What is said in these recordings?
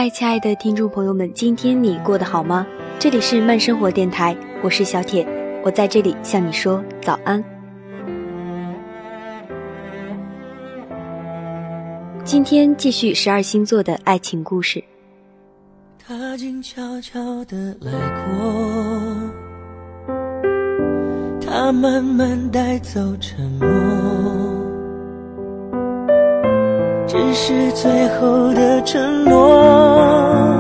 嗨，亲爱的听众朋友们，今天你过得好吗？这里是慢生活电台，我是小铁，我在这里向你说早安。今天继续12星座的爱情故事。 他静悄悄地来过，他慢慢带走沉默，只是最后的承诺。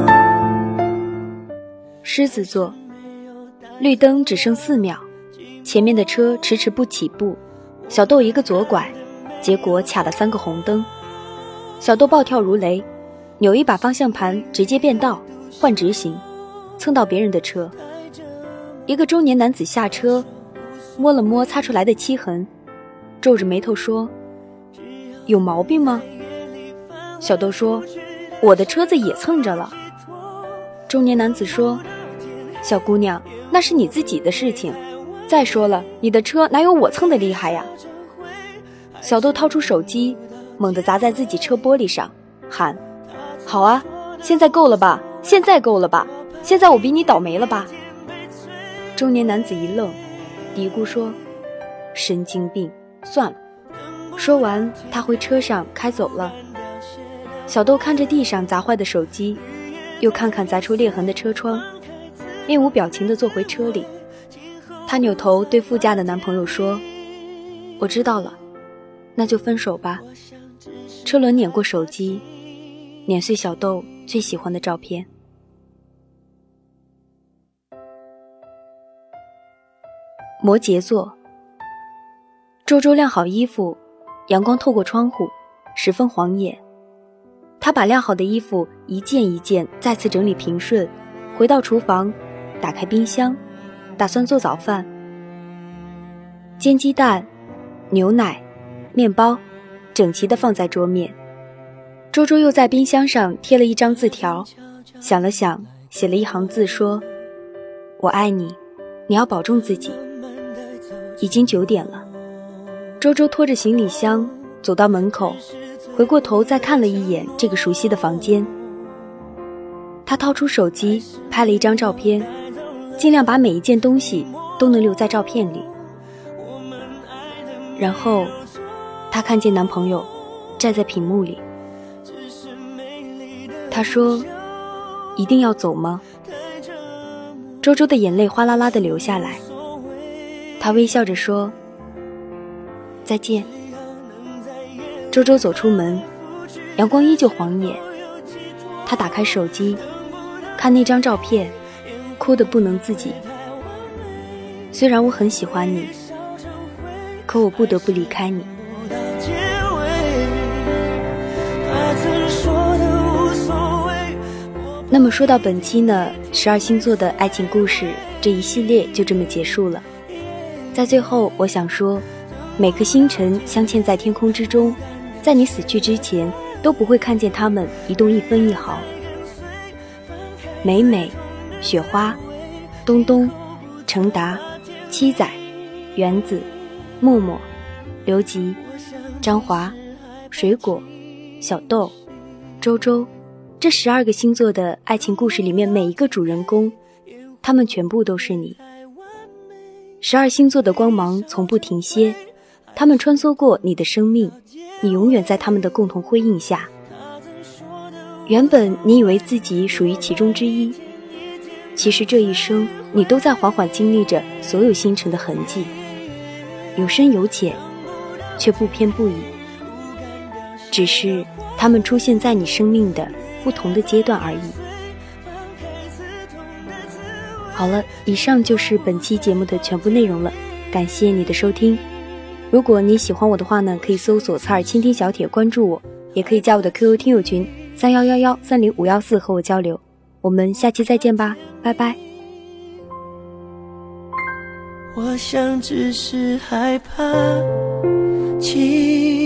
狮子座，绿灯只剩4秒，前面的车迟迟不起步，小豆一个左拐，结果卡了3个红灯。小豆暴跳如雷，扭一把方向盘直接变道换直行，蹭到别人的车。一个中年男子下车，摸了摸擦出来的漆痕，皱着眉头说：有毛病吗？小豆说：我的车子也蹭着了。中年男子说：小姑娘，那是你自己的事情，再说了，你的车哪有我蹭的厉害呀？小豆掏出手机猛地砸在自己车玻璃上，喊：好啊，现在够了吧，现在够了吧，现在我比你倒霉了吧？中年男子一愣，嘀咕说：神经病，算了。说完他回车上开走了。小豆看着地上砸坏的手机，又看看砸出裂痕的车窗，面无表情地坐回车里。她扭头对副驾的男朋友说：我知道了，那就分手吧。车轮碾过手机，碾碎小豆最喜欢的照片。摩羯座，周周晾好衣服，阳光透过窗户，十分晃眼。他把晾好的衣服一件一件再次整理平顺，回到厨房，打开冰箱，打算做早饭。煎鸡蛋、牛奶、面包整齐地放在桌面。周周又在冰箱上贴了一张字条，想了想，写了一行字说：我爱你，你要保重自己。已经9点了。周周拖着行李箱走到门口，回过头再看了一眼这个熟悉的房间。他掏出手机拍了一张照片，尽量把每一件东西都能留在照片里。然后他看见男朋友站在屏幕里。他说：一定要走吗？周周的眼泪哗啦啦地流下来。他微笑着说：再见。周周走出门，阳光依旧晃眼。他打开手机，看那张照片，哭得不能自己。虽然我很喜欢你，可我不得不离开你。那么说到本期呢，12星座的爱情故事这一系列就这么结束了。在最后我想说，每颗星辰镶嵌在天空之中，在你死去之前都不会看见它们移动1分1毫。美美、雪花、东东、程达、七仔、原子、默默、刘吉、张华、水果、小豆、周周，这12个星座的爱情故事里面，每一个主人公，他们全部都是你。12星座的光芒从不停歇，他们穿梭过你的生命，你永远在他们的共同辉映下。原本你以为自己属于其中之一，其实这一生你都在缓缓经历着所有星辰的痕迹，有深有浅，却不偏不倚，只是他们出现在你生命的不同的阶段而已。好了，以上就是本期节目的全部内容了，感谢你的收听。如果你喜欢我的话呢，可以搜索侧耳倾听小铁关注我，也可以加我的 QQ 听友群3111-30514和我交流。我们下期再见吧，拜拜。 我想只是害怕